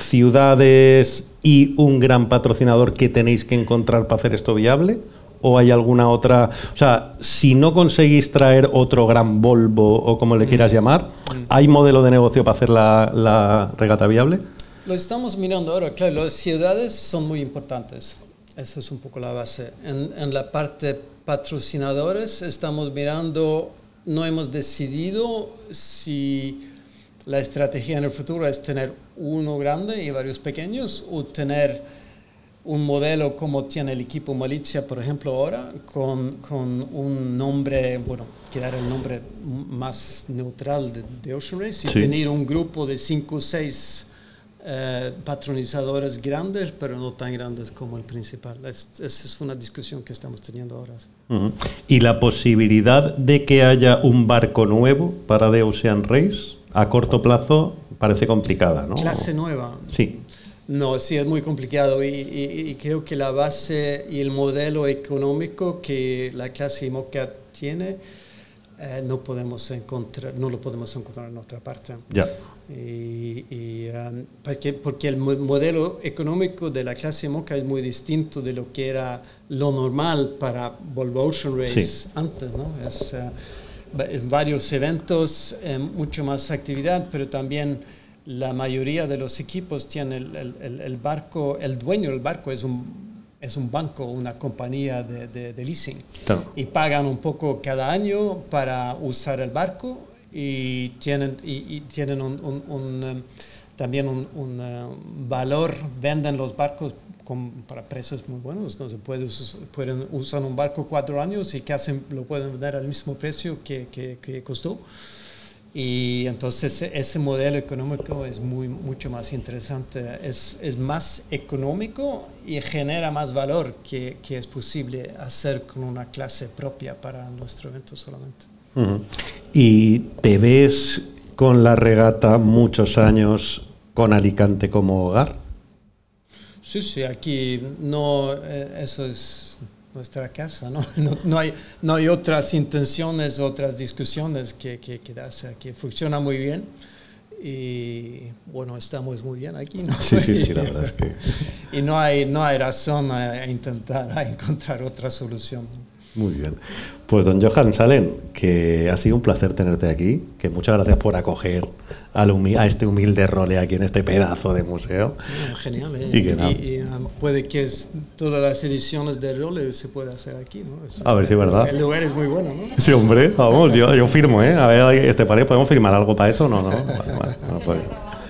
ciudades y un gran patrocinador que tenéis que encontrar para hacer esto viable? ¿O hay alguna otra...? O sea, si no conseguís traer otro gran Volvo o como le quieras llamar, ¿hay modelo de negocio para hacer la, la regata viable? Lo estamos mirando ahora, claro, las ciudades son muy importantes, eso es un poco la base. En, en la parte patrocinadores estamos mirando, no hemos decidido si la estrategia en el futuro es tener uno grande y varios pequeños o tener un modelo como tiene el equipo Malizia, por ejemplo, ahora, con, con un nombre, bueno, que era el nombre más neutral de, de Ocean Race y sí. tener un grupo de cinco o seis Eh, patronizadores grandes, pero no tan grandes como el principal. Esa es, es una discusión que estamos teniendo ahora. Uh-huh. ¿Y la posibilidad de que haya un barco nuevo para The Ocean Race a corto plazo parece complicada, ¿no? ¿Clase nueva? Sí. No, sí, es muy complicado y, y, y creo que la base y el modelo económico que la clase IMOCA tiene eh, no podemos encontrar, no lo podemos encontrar en otra parte. Ya. Y, y, um, porque, porque el modelo económico de la clase IMOCA es muy distinto de lo que era lo normal para Volvo Ocean Race sí. antes, ¿no? Es, uh, es varios eventos, eh, mucho más actividad, pero también la mayoría de los equipos tienen el, el, el barco, el dueño del barco es un, es un banco, una compañía de, de, de leasing. Claro. Y pagan un poco cada año para usar el barco. Y tienen, y, y tienen un, un, un, um, también un, un uh, valor, venden los barcos con, para precios muy buenos. No se puede, pueden usar un barco cuatro años y casi lo pueden vender al mismo precio que, que, que costó. Y entonces ese modelo económico es muy, mucho más interesante, es, es más económico y genera más valor que, que es posible hacer con una clase propia para nuestro evento solamente. Uh-huh. ¿Y te ves con la regata muchos años con Alicante como hogar? Sí, sí, aquí no, eh, eso es nuestra casa, ¿no? No, no, hay, no hay otras intenciones, otras discusiones que, que, que darse aquí. Funciona muy bien y bueno, estamos muy bien aquí, ¿no? Sí, sí, sí, la verdad es que... Y no hay, no hay razón a, a intentar a encontrar otra solución. Muy bien. Pues don Johan Salen, que ha sido un placer tenerte aquí, que muchas gracias por acoger al humi- a este humilde role aquí en este pedazo de museo. No, genial, ¿eh? Y, que no. y, y um, puede que es, todas las ediciones de role se pueda hacer aquí, ¿no? Es, a ver si es verdad. El lugar es muy bueno, ¿no? Sí, hombre, vamos, yo, yo firmo, ¿eh? A ver, este pared, ¿podemos firmar algo para eso? No, no. Vale, vale, no, pues.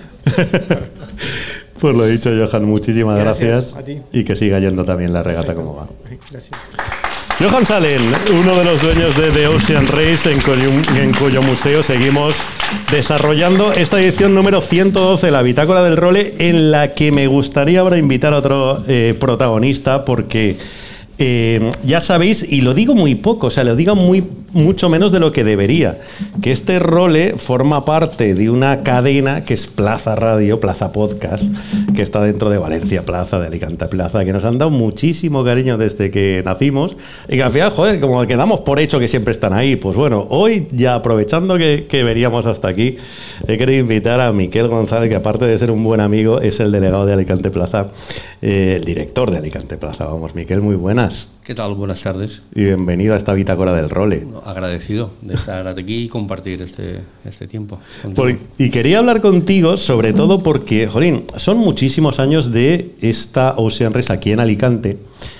Pues lo dicho, Johan, muchísimas gracias. Gracias a ti. Y que siga yendo también la regata Perfecto. como va. Gracias. Johan Salen, uno de los dueños de The Ocean Race, en cuyo, en cuyo museo seguimos desarrollando esta edición número ciento doce, la Bitácora del Role, en la que me gustaría ahora invitar a otro eh, protagonista, porque Eh, ya sabéis, y lo digo muy poco, o sea, lo digo muy, mucho menos de lo que debería, que este role forma parte de una cadena que es Plaza Radio, Plaza Podcast, que está dentro de Valencia Plaza, de Alicante Plaza, que nos han dado muchísimo cariño desde que nacimos, y que al final, joder, como que damos por hecho que siempre están ahí, pues bueno, hoy ya aprovechando que, que veríamos hasta aquí, he querido invitar a Miquel González, que aparte de ser un buen amigo, es el delegado de Alicante Plaza, eh, el director de Alicante Plaza. Vamos, Miquel, muy buenas. ¿Qué tal? Buenas tardes. Y bienvenido a esta bitácora del role. Agradecido de estar aquí y compartir este, este tiempo. Por, y quería hablar contigo, sobre todo porque, jolín, son muchísimos años de esta Ocean Race aquí en Alicante.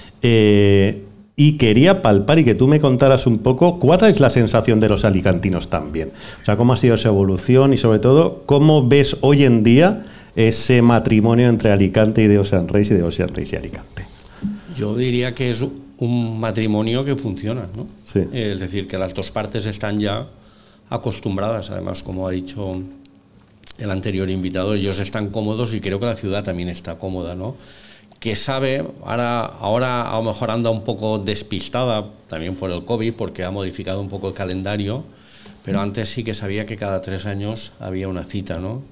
Eh, y quería palpar y que tú me contaras un poco cuál es la sensación de los alicantinos también. O sea, cómo ha sido esa evolución y sobre todo, cómo ves hoy en día ese matrimonio entre Alicante y de Ocean Race y de Ocean Race y Alicante. Yo diría que es un matrimonio que funciona, ¿no? Sí. Es decir, que las dos partes están ya acostumbradas, además, como ha dicho el anterior invitado, ellos están cómodos y creo que la ciudad también está cómoda, ¿no? Que sabe, ahora, ahora a lo mejor anda un poco despistada, también por el COVID, porque ha modificado un poco el calendario, pero antes sí que sabía que cada tres años había una cita, ¿no?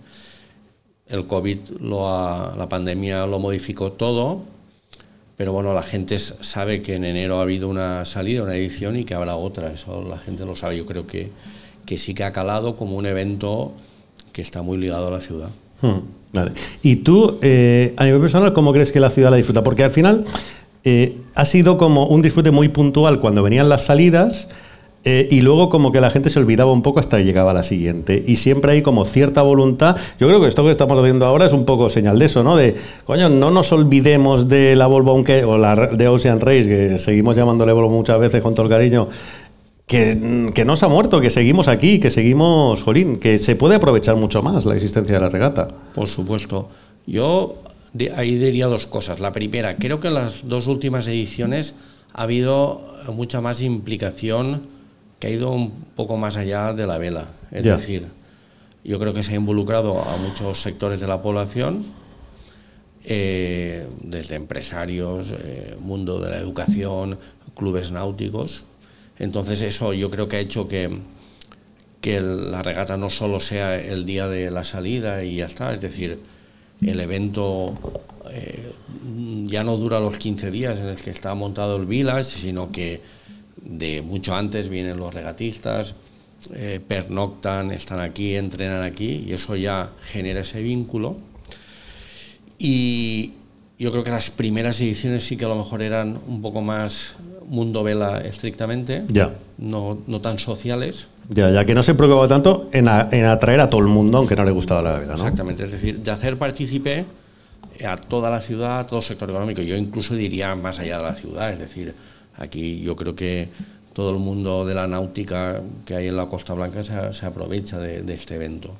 El COVID, lo ha, la pandemia lo modificó todo, pero bueno, la gente sabe que en enero ha habido una salida, una edición y que habrá otra, eso la gente lo sabe. Yo creo que, que sí que ha calado como un evento que está muy ligado a la ciudad. Hmm, vale. Y tú, eh, a nivel personal, ¿cómo crees que la ciudad la disfruta? Porque al final eh, ha sido como un disfrute muy puntual cuando venían las salidas, Eh, y luego como que la gente se olvidaba un poco hasta que llegaba la siguiente. Y siempre hay como cierta voluntad. Yo creo que esto que estamos haciendo ahora es un poco señal de eso, ¿no? De, coño, no nos olvidemos de la Volvo, aunque, o la de Ocean Race, que seguimos llamándole Volvo muchas veces con todo el cariño, que, que no se ha muerto, que seguimos aquí, que seguimos, jolín, que se puede aprovechar mucho más la existencia de la regata. Por supuesto. Yo de, ahí diría dos cosas. La primera, creo que en las dos últimas ediciones ha habido mucha más implicación, que ha ido un poco más allá de la vela. Es yeah. decir, yo creo que se ha involucrado a muchos sectores de la población, eh, desde empresarios, eh, mundo de la educación, clubes náuticos. Entonces eso yo creo que ha hecho que, que la regata no solo sea el día de la salida y ya está, es decir, el evento eh, ya no dura los quince días en el que está montado el village, sino que de mucho antes vienen los regatistas, eh, pernoctan, están aquí, entrenan aquí, y eso ya genera ese vínculo. Y yo creo que las primeras ediciones sí que a lo mejor eran un poco más mundo vela estrictamente, ya. no, no tan sociales. Ya, ya que no se preocupaba tanto en, a, en atraer a todo el mundo, aunque no le gustaba la vela, ¿no? Exactamente, es decir, de hacer partícipe a toda la ciudad, a todo el sector económico. Yo incluso diría más allá de la ciudad, es decir, aquí yo creo que todo el mundo de la náutica que hay en la Costa Blanca se, se aprovecha de, de este evento.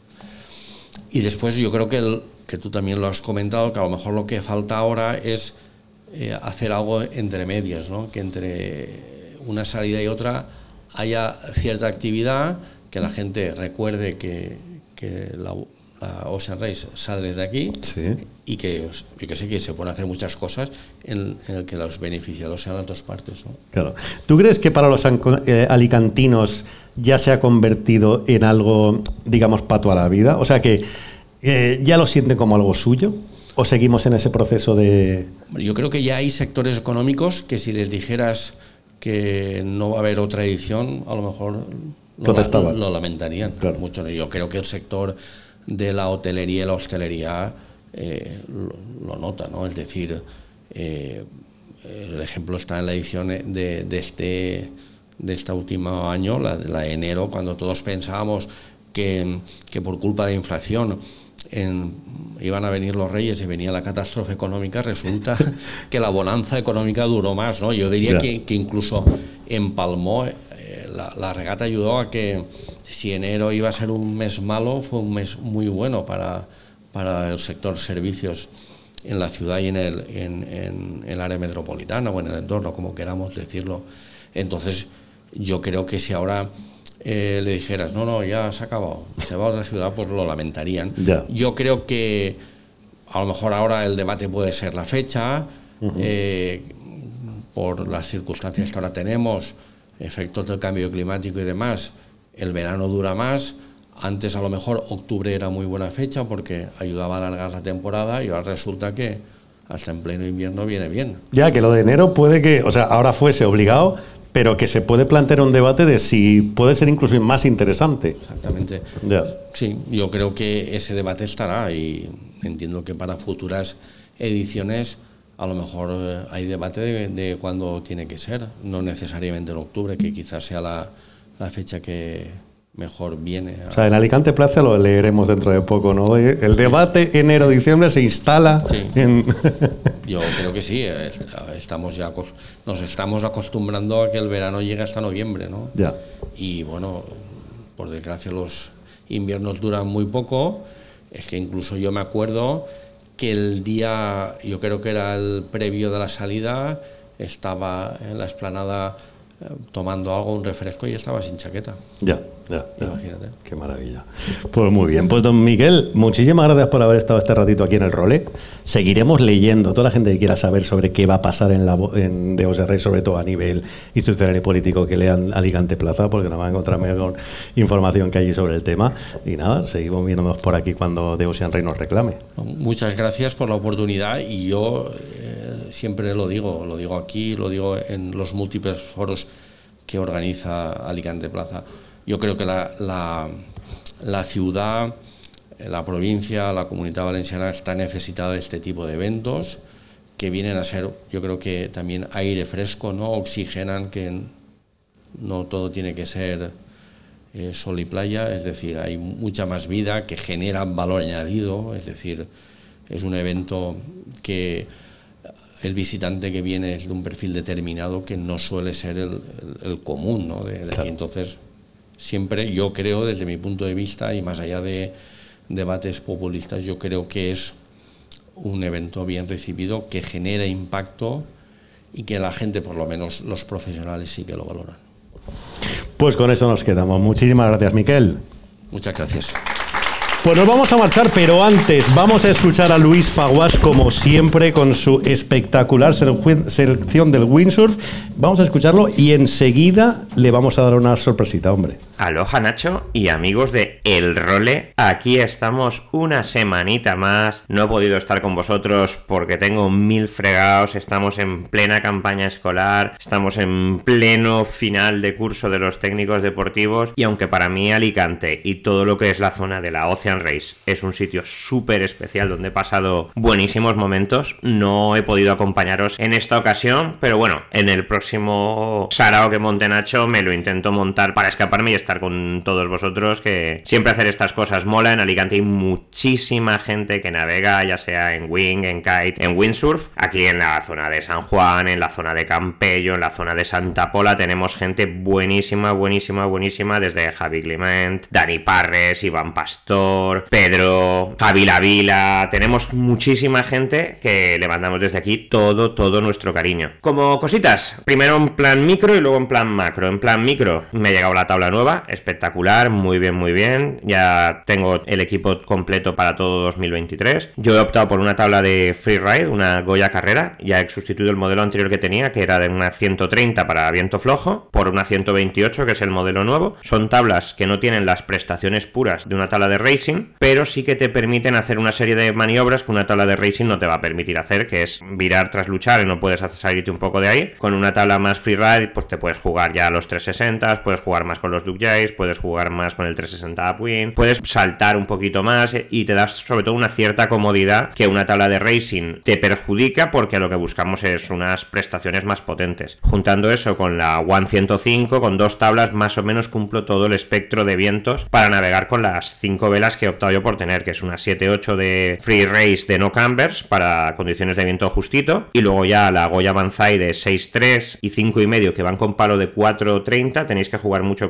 Y después yo creo que, el, que tú también lo has comentado, que a lo mejor lo que falta ahora es eh, hacer algo entre medias, ¿no? Que entre una salida y otra haya cierta actividad, que la gente recuerde que, que la, la Ocean Race sale de aquí, sí. y que, yo que sé, que se pueden hacer muchas cosas en, en el que los beneficiados sean las dos partes, ¿no? Claro. ¿Tú crees que para los eh, alicantinos ya se ha convertido en algo, digamos, pato a la vida? O sea, que eh, ya lo sienten como algo suyo, ¿o seguimos en ese proceso de...? Yo creo que ya hay sectores económicos que si les dijeras que no va a haber otra edición, a lo mejor lo, lo, lo lamentarían. Claro. Mucho. Yo creo que el sector de la hotelería y la hostelería eh, lo, lo nota, ¿no? Es decir, eh, el ejemplo está en la edición de, de este de este último año, la de la de enero, cuando todos pensábamos que, que por culpa de inflación en, iban a venir los reyes y venía la catástrofe económica, resulta que la bonanza económica duró más, ¿no? Yo diría yeah. que, que incluso empalmó, eh, la, la regata ayudó a que si enero iba a ser un mes malo, fue un mes muy bueno para, para el sector servicios en la ciudad y en el, en, en el área metropolitana o en el entorno, como queramos decirlo. Entonces, yo creo que si ahora eh, le dijeras, no, no, ya se ha acabado, se va a otra ciudad, pues lo lamentarían. Yeah. Yo creo que a lo mejor ahora el debate puede ser la fecha, uh-huh. eh, por las circunstancias que ahora tenemos, efectos del cambio climático y demás, el verano dura más. Antes a lo mejor octubre era muy buena fecha porque ayudaba a alargar la temporada y ahora resulta que hasta en pleno invierno viene bien. Ya, que lo de enero puede que, o sea, ahora fuese obligado, pero que se puede plantear un debate de si puede ser incluso más interesante. Exactamente. Ya. Sí, yo creo que ese debate estará y entiendo que para futuras ediciones a lo mejor eh, hay debate de, de cuándo tiene que ser, no necesariamente en octubre, que quizás sea la, la fecha que mejor viene. A... O sea, en Alicante Plaza lo leeremos dentro de poco, ¿no? El debate enero-diciembre se instala sí. en... Yo creo que sí, estamos ya nos estamos acostumbrando a que el verano llegue hasta noviembre, ¿no? Ya. Y bueno, por desgracia los inviernos duran muy poco. Es que incluso yo me acuerdo que el día, yo creo que era el previo de la salida, estaba en la explanada eh, tomando algo, un refresco, y estaba sin chaqueta. Ya, ya, ya. Imagínate. Qué maravilla. Pues muy bien. Pues don Miguel, muchísimas gracias por haber estado este ratito aquí en el Role. Seguiremos leyendo. Toda la gente que quiera saber sobre qué va a pasar en, la, en D O S R, sobre todo a nivel institucional y político, que lean Alicante Plaza, porque no van a encontrarme con información que hay sobre el tema. Y nada, seguimos viéndonos por aquí cuando D O S R nos reclame. Muchas gracias por la oportunidad, y yo eh, siempre lo digo, lo digo aquí, lo digo en los múltiples foros que organiza Alicante Plaza. Yo creo que la, la, la ciudad, la provincia, la Comunidad Valenciana está necesitada de este tipo de eventos que vienen a ser, yo creo que también aire fresco, ¿no? Oxigenan que no todo tiene que ser eh, sol y playa, es decir, hay mucha más vida que genera valor añadido, es decir, es un evento que el visitante que viene es de un perfil determinado que no suele ser el, el, el común, ¿no? de, de claro. aquí. Entonces, siempre yo creo, desde mi punto de vista, y más allá de debates populistas, yo creo que es un evento bien recibido, que genera impacto y que la gente, por lo menos los profesionales, sí que lo valoran. Pues con eso nos quedamos. Muchísimas gracias, Miquel. Muchas gracias. Pues nos vamos a marchar, pero antes vamos a escuchar a Luis Faguas, como siempre, con su espectacular selección del windsurf. Vamos a escucharlo y enseguida le vamos a dar una sorpresita, hombre. Aloha, Nacho y amigos de El Role, aquí estamos una semanita más. No he podido estar con vosotros porque tengo mil fregados, estamos en plena campaña escolar, estamos en pleno final de curso de los técnicos deportivos, y aunque para mí Alicante y todo lo que es la zona de la Ocean Race es un sitio súper especial donde he pasado buenísimos momentos, no he podido acompañaros en esta ocasión, pero bueno, en el próximo sarao que monte Nacho me lo intento montar para escaparme y estar con todos vosotros, que siempre hacer estas cosas mola. En Alicante hay muchísima gente que navega, ya sea en wing, en kite, en windsurf. Aquí en la zona de San Juan, en la zona de Campello, en la zona de Santa Pola, tenemos gente buenísima, buenísima, buenísima, desde Javi Clement, Dani Parres, Iván Pastor, Pedro, Javi La Vila. Tenemos muchísima gente que le mandamos desde aquí todo, todo nuestro cariño. Como cositas, primero en plan micro y luego en plan macro. En plan micro, me ha llegado la tabla nueva, espectacular, muy bien, muy bien. Ya tengo el equipo completo para todo dos mil veintitrés. Yo he optado por una tabla de freeride, una Goya Carrera. Ya he sustituido el modelo anterior que tenía, que era de una ciento treinta para viento flojo, por una ciento veintiocho, que es el modelo nuevo. Son tablas que no tienen las prestaciones puras de una tabla de racing, pero sí que te permiten hacer una serie de maniobras que una tabla de racing no te va a permitir hacer, que es virar tras luchar y no puedes salirte un poco de ahí. Con una tabla más freeride, pues te puedes jugar ya a los trescientos sesenta, puedes jugar más con los duck jives, puedes jugar más con el trescientos sesenta upwind, puedes saltar un poquito más y te das sobre todo una cierta comodidad que una tabla de racing te perjudica, porque lo que buscamos es unas prestaciones más potentes. Juntando eso con la One ciento cinco, con dos tablas más o menos cumplo todo el espectro de vientos para navegar con las cinco velas que he optado yo por tener, que es una siete ocho de free race de no cambers para condiciones de viento justito, y luego ya la Goya Banzai de seis tres y cinco y medio que van con palo de cuatro treinta. Tenéis que jugar mucho con el tema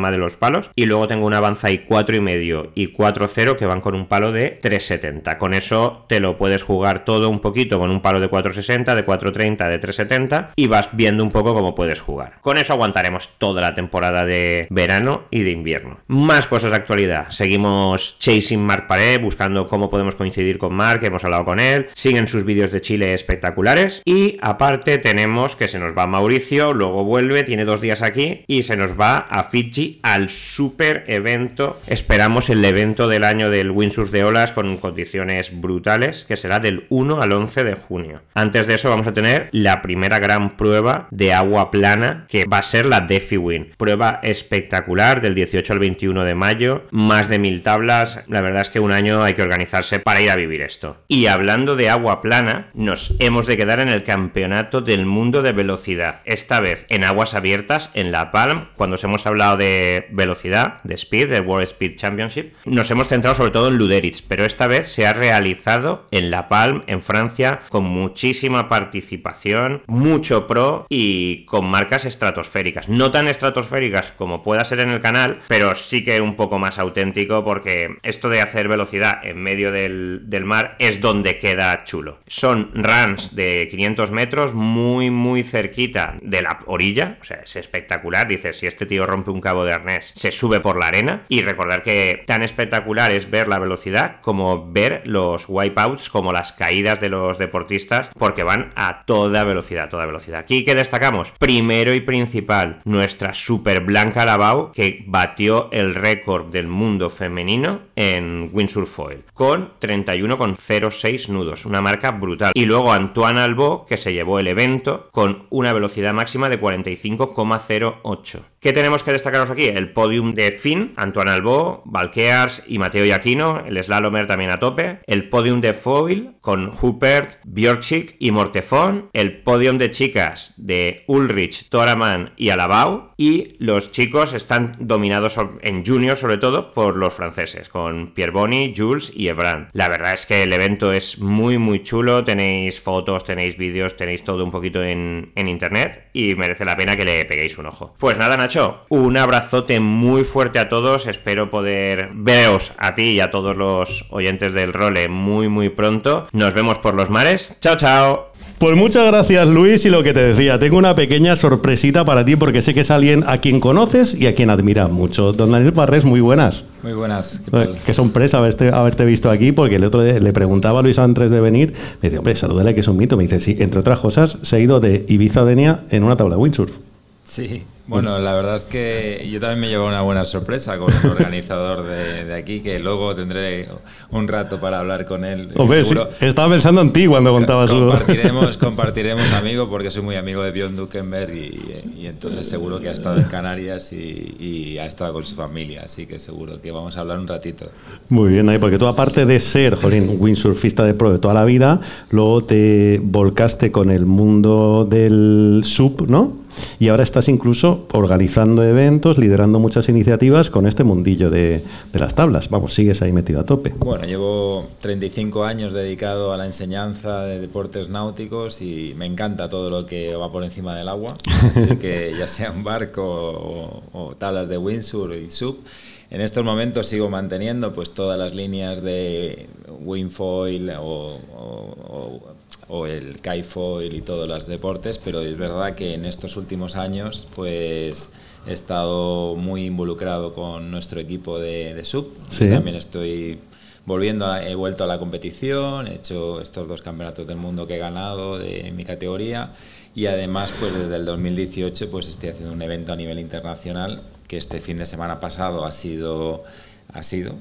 gama de los palos. Y luego tengo una Banzai cuatro y medio y cuatro cero que van con un palo de tres setenta. Con eso te lo puedes jugar todo un poquito con un palo de cuatro sesenta, de cuatro treinta, de tres setenta y vas viendo un poco cómo puedes jugar. Con eso aguantaremos toda la temporada de verano y de invierno. Más cosas de actualidad. Seguimos chasing Marc Paré, buscando cómo podemos coincidir con Marc, hemos hablado con él. Siguen sus vídeos de Chile espectaculares. Y aparte tenemos que se nos va Mauricio, luego vuelve, tiene dos días aquí y se nos va a Fiji al super evento. Esperamos el evento del año del windsurf de olas con condiciones brutales, que será del uno al once de junio. Antes de eso vamos a tener la primera gran prueba de agua plana, que va a ser la DefiWin. Prueba espectacular del dieciocho al veintiuno de mayo, más de mil tablas. La verdad es que un año hay que organizarse para ir a vivir esto. Y hablando de agua plana, nos hemos de quedar en el campeonato del mundo de velocidad, esta vez en aguas abiertas en La Palm. Cuando os hemos hablado de velocidad, de speed, del World Speed Championship, nos hemos centrado sobre todo en Luderitz, pero esta vez se ha realizado en La Palm, en Francia, con muchísima participación, mucho pro y con marcas estratosféricas. No tan estratosféricas como pueda ser en el canal, pero sí que un poco más auténtico, porque esto de hacer velocidad en medio del, del mar es donde queda chulo. Son runs de quinientos metros muy muy cerquita de la orilla, o sea, es espectacular. Dices, si este tío rompe un cabo de arnés, se sube por la arena. Y recordar que tan espectacular es ver la velocidad como ver los wipeouts, como las caídas de los deportistas, porque van a toda velocidad, toda velocidad. Aquí, ¿qué destacamos? Primero y principal, nuestra super Blanca Lavau, que batió el récord del mundo femenino en windsurf foil con treinta y uno coma cero seis nudos, una marca brutal. Y luego Antoine Albó, que se llevó el evento con una velocidad máxima de cuarenta y cinco coma cero ocho. ¿Qué tenemos que destacaros aquí? El podium de Finn, Antoine Albó, Valkears y Mateo Iachino, el slalomer también a tope. El podium de foil con Huppert, Björkschik y Mortefón. El podium de chicas de Ulrich, Toraman y Alabau. Y los chicos están dominados en junior sobre todo por los franceses, con Pierre Boni, Jules y Evran. La verdad es que el evento es muy muy chulo, tenéis fotos, tenéis vídeos, tenéis todo un poquito en, en internet y merece la pena que le peguéis un ojo. Pues nada, Nacho, un abrazote muy fuerte a todos, espero poder veros a ti y a todos los oyentes del Role muy muy pronto. Nos vemos por los mares, chao chao. Pues muchas gracias, Luis, y lo que te decía, tengo una pequeña sorpresita para ti porque sé que es alguien a quien conoces y a quien admiras mucho. Don Daniel Parrés, muy buenas. Muy buenas. ¿Qué tal? Qué sorpresa haberte, haberte visto aquí, porque el otro día le preguntaba a Luis antes de venir, me dice, hombre, salúdale que es un mito. Me dice, sí, entre otras cosas, se ha ido de Ibiza a Denia en una tabla de windsurf. Sí, bueno, la verdad es que yo también me llevo una buena sorpresa con el organizador de, de aquí, que luego tendré un rato para hablar con él. Hombre, sí, estaba pensando en ti cuando contabas su... Compartiremos, compartiremos amigo, porque soy muy amigo de Björn Dukenberg y, y entonces seguro que ha estado en Canarias y, y ha estado con su familia, así que seguro que vamos a hablar un ratito. Muy bien, ahí, porque tú aparte de ser, jolín, windsurfista de pro de toda la vida, luego te volcaste con el mundo del sub, ¿no? Y ahora estás incluso organizando eventos, liderando muchas iniciativas con este mundillo de, de las tablas. Vamos, sigues ahí metido a tope. Bueno, llevo treinta y cinco años dedicado a la enseñanza de deportes náuticos y me encanta todo lo que va por encima del agua. Así que ya sea un barco o, o tablas de windsurf y sub. En estos momentos sigo manteniendo pues todas las líneas de windfoil o, o, o o el kitefoil y todos los deportes, pero es verdad que en estos últimos años pues he estado muy involucrado con nuestro equipo de, de sub. Sí. También estoy volviendo, a, he vuelto a la competición, he hecho estos dos campeonatos del mundo que he ganado de mi categoría y además pues desde el dos mil dieciocho pues estoy haciendo un evento a nivel internacional que este fin de semana pasado ha sido ha sido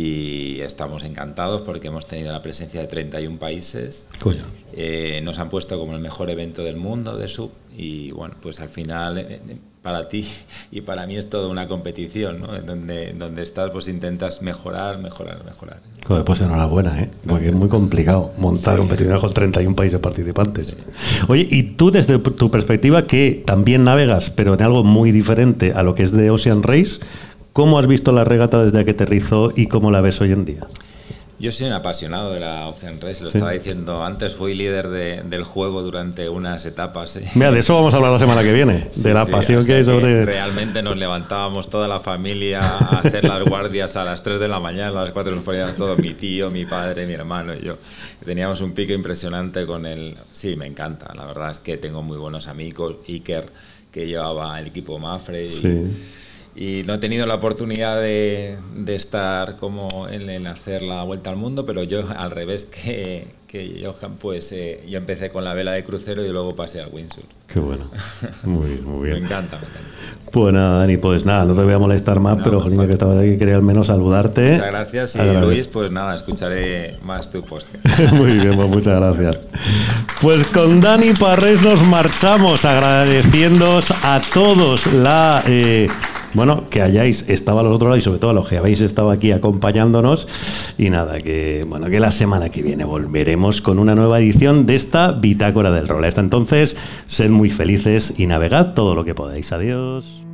y estamos encantados porque hemos tenido la presencia de treinta y uno países. Coño. Eh, nos han puesto como el mejor evento del mundo de sub y bueno, pues al final eh, para ti y para mí es toda una competición, ¿no? En donde, donde estás pues intentas mejorar, mejorar, mejorar. Joder, pues enhorabuena, ¿eh? Porque es muy complicado montar sí. competiciones con treinta y uno países participantes. Sí. Oye, y tú desde tu perspectiva que también navegas, pero en algo muy diferente a lo que es de Ocean Race, ¿cómo has visto la regata desde que aterrizó y cómo la ves hoy en día? Yo soy un apasionado de la Ocean Race, lo Sí. estaba diciendo antes, fui líder de, del juego durante unas etapas. ¿eh? Mira, de eso vamos a hablar la semana que viene, Sí, de la sí, pasión o sea que hay sobre... realmente nos levantábamos toda la familia a hacer las guardias a las tres de la mañana, a las cuatro nos poníamos todos, mi tío, mi padre, mi hermano y yo. Teníamos un pique impresionante con el... Sí, me encanta, la verdad es que tengo muy buenos amigos, Iker, que llevaba el equipo Mafre y, Sí. y no he tenido la oportunidad de, de estar como en, en hacer la vuelta al mundo, pero yo al revés que, que Johan, pues eh, yo empecé con la vela de crucero y luego pasé al windsurf. Qué bueno. Muy bien, muy bien. Me encanta, me encanta. Pues nada, Dani, pues nada, no te voy a molestar más, No, pero por jolín, favor. que estabas aquí, quería al menos saludarte. Muchas gracias y Agradezco. Luis, pues nada, escucharé más tu podcast. Muy bien, pues muchas gracias. Pues con Dani Parrés nos marchamos agradeciéndoos a todos la... eh, bueno, que hayáis estado al otro lado y sobre todo a los que habéis estado aquí acompañándonos. Y nada, que bueno, que la semana que viene volveremos con una nueva edición de esta Bitácora del Rol. Hasta entonces, sed muy felices y navegad todo lo que podáis. Adiós.